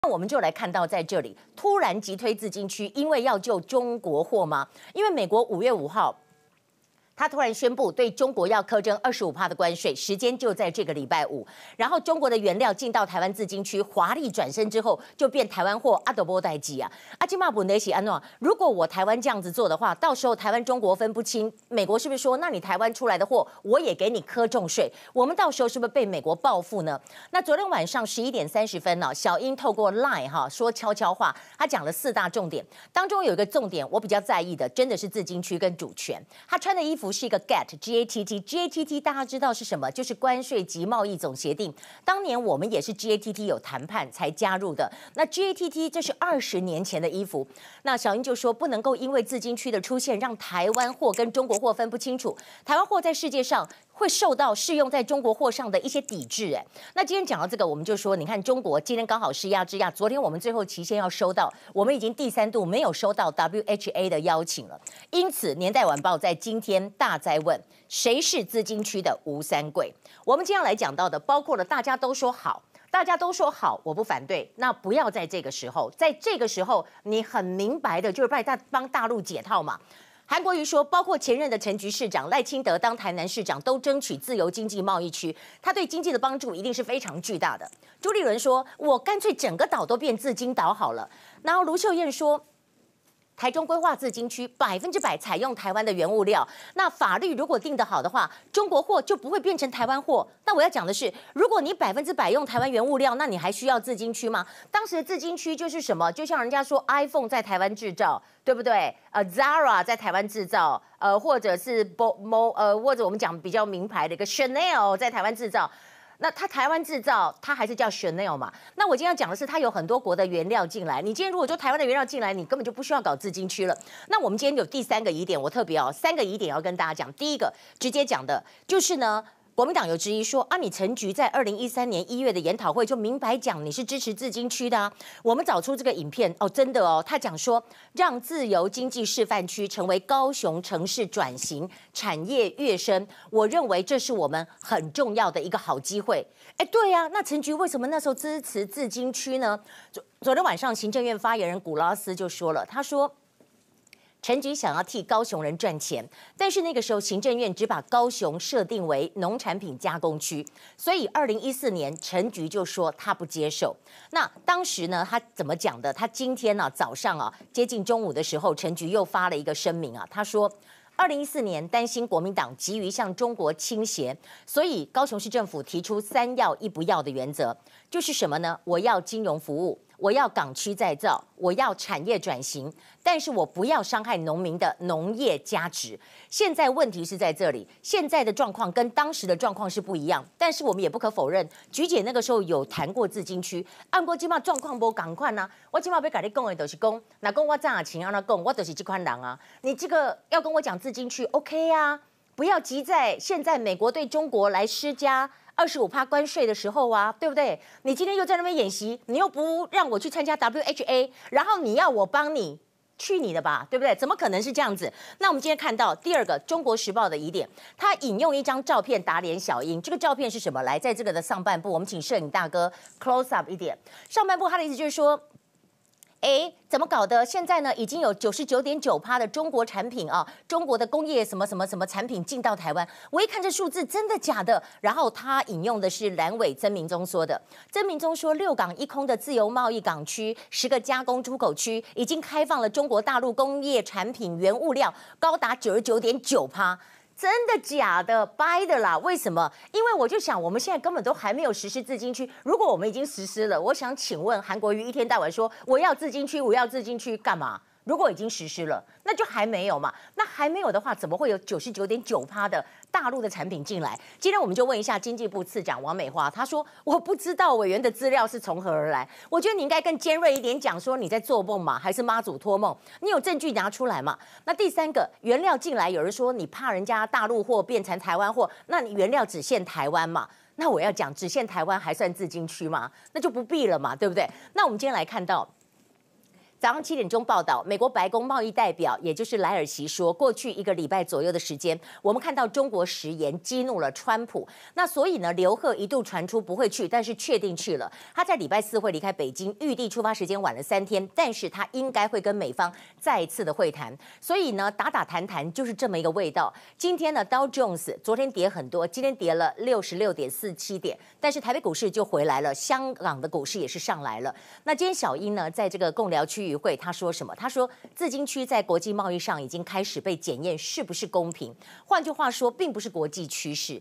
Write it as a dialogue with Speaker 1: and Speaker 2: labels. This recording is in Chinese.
Speaker 1: 那我们就来看到，在这里突然急推自金区，因为要救中国货吗？因为美国5月5号。他突然宣布对中国要课征25%的关税，时间就在这个礼拜五。然后中国的原料进到台湾自金区，华丽转身之后就变台湾货，阿德波代基啊，阿基马布内西安诺。如果我台湾这样子做的话，到时候台湾中国分不清，美国是不是说，那你台湾出来的货我也给你课重税？我们到时候是不是被美国报复呢？那昨天晚上11点30分呢，小英透过 LINE 说悄悄话，他讲了4大重点，当中有一个重点我比较在意的，真的是自金区跟主权。他穿的衣服是一个 GATT， 大家知道是什么？就是关税及贸易总协定。当年我们也是 GATT 有谈判才加入的。那 GATT 这是20年前的衣服。那小英就说不能够因为自金区的出现，让台湾货跟中国货分不清楚。台湾货在世界上会受到适用在中国货上的一些抵制。那今天讲到这个，我们就说，你看中国今天刚好施压之下，昨天我们最后期限要收到，我们已经第3度没有收到 WHA 的邀请了。因此，年代晚报在今天大在问谁是自金区的吴三桂。我们今天来讲到的，包括了大家都说好。大家都说好，我不反对。那不要在这个时候，在这个时候，你很明白的就是帮大陆解套嘛。韩国瑜说，包括前任的陈局市长赖清德当台南市长，都争取自由经济贸易区，他对经济的帮助一定是非常巨大的。朱立伦说，我干脆整个岛都变自金岛好了。然后卢秀燕说，台中规划自金区100%采用台湾的原物料，那法律如果定得好的话，中国货就不会变成台湾货。那我要讲的是，如果你100%用台湾原物料，那你还需要自金区吗？当时的自金区就是什么？就像人家说 iPhone 在台湾制造，对不对？Zara 在台湾制造，或者是或者我们讲比较名牌的一个 Chanel 在台湾制造。那它台湾制造，它还是叫 Chanel 嘛？那我今天要讲的是，它有很多国的原料进来。你今天如果说台湾的原料进来，你根本就不需要搞自金区了。那我们今天有第3个疑点，我特别3个疑点要跟大家讲。第一个，直接讲的就是呢。国民党有质疑说啊，你陈菊在2013年1月的研讨会就明白讲你是支持自金区的啊。我们找出这个影片哦，真的哦，他讲说让自由经济示范区成为高雄城市转型产业跃升，我认为这是我们很重要的一个好机会。哎，对呀，那陈菊为什么那时候支持自金区呢？昨天晚上行政院发言人古拉斯就说了，他说。陈菊想要替高雄人赚钱，但是那个时候行政院只把高雄设定为农产品加工区，所以2014年陈菊就说他不接受。那当时呢，他怎么讲的？他今天呢早上接近中午的时候，陈菊又发了一个声明他说。2014年担心国民党急于向中国倾斜，所以高雄市政府提出3要1不要的原则，就是什么呢？我要金融服务，我要港区再造，我要产业转型，但是我不要伤害农民的农业价值。现在问题是在这里，现在的状况跟当时的状况是不一样，但是我们也不可否认，菊姐那个时候有谈过自金区，按过起码状况不赶快我起码要跟你讲的就是讲，那讲我赚钱让他讲，我就是这款人啊，你这个要跟我讲自金区 OK 啊，不要急在现在美国对中国来施加25%关税的时候啊，对不对？你今天又在那边演习，你又不让我去参加 WHA， 然后你要我帮你，去你的吧，对不对？怎么可能是这样子？那我们今天看到第2个《中国时报》的疑点，他引用一张照片打脸小英。这个照片是什么？来，在这个的上半部，我们请摄影大哥 close up 一点。上半部他的意思就是说。哎，怎么搞的？现在呢，已经有99.9%的中国产品中国的工业什么产品进到台湾。我一看这数字，真的假的？然后他引用的是蓝委曾明宗说的，曾明宗说6港1空的自由贸易港区，10个加工出口区已经开放了中国大陆工业产品原物料，高达99.9%。真的假的？掰的啦！为什么？因为我就想，我们现在根本都还没有实施自金区。如果我们已经实施了，我想请问韩国瑜一天到晚说我要自金区，我要自金区，干嘛？如果已经实施了，那就还没有嘛。那还没有的话，怎么会有99.9%的大陆的产品进来？今天我们就问一下经济部次长王美花，她说我不知道委员的资料是从何而来。我觉得你应该更尖锐一点讲，说你在做梦嘛，还是妈祖托梦？你有证据拿出来嘛？那第3个，原料进来，有人说你怕人家大陆货变成台湾货，那你原料只限台湾嘛？那我要讲只限台湾还算自金区吗？那就不必了嘛，对不对？那我们今天来看到。 早上7点钟报道，美国白宫贸易代表，也就是莱尔奇说，过去1个礼拜左右的时间，我们看到中国食言激怒了川普。那所以呢，刘鹤一度传出不会去，但是确定去了。他在礼拜4会离开北京，预定出发时间晚了3天，但是他应该会跟美方再一次的会谈。所以呢，打打谈谈就是这么一个味道。今天呢，Dow Jones 昨天跌很多，今天跌了66.47点，但是台北股市就回来了，香港的股市也是上来了。那今天小英呢，在这个共聊区域会，他说什么？他说，自金区在国际贸易上已经开始被检验是不是公平。换句话说，并不是国际趋势，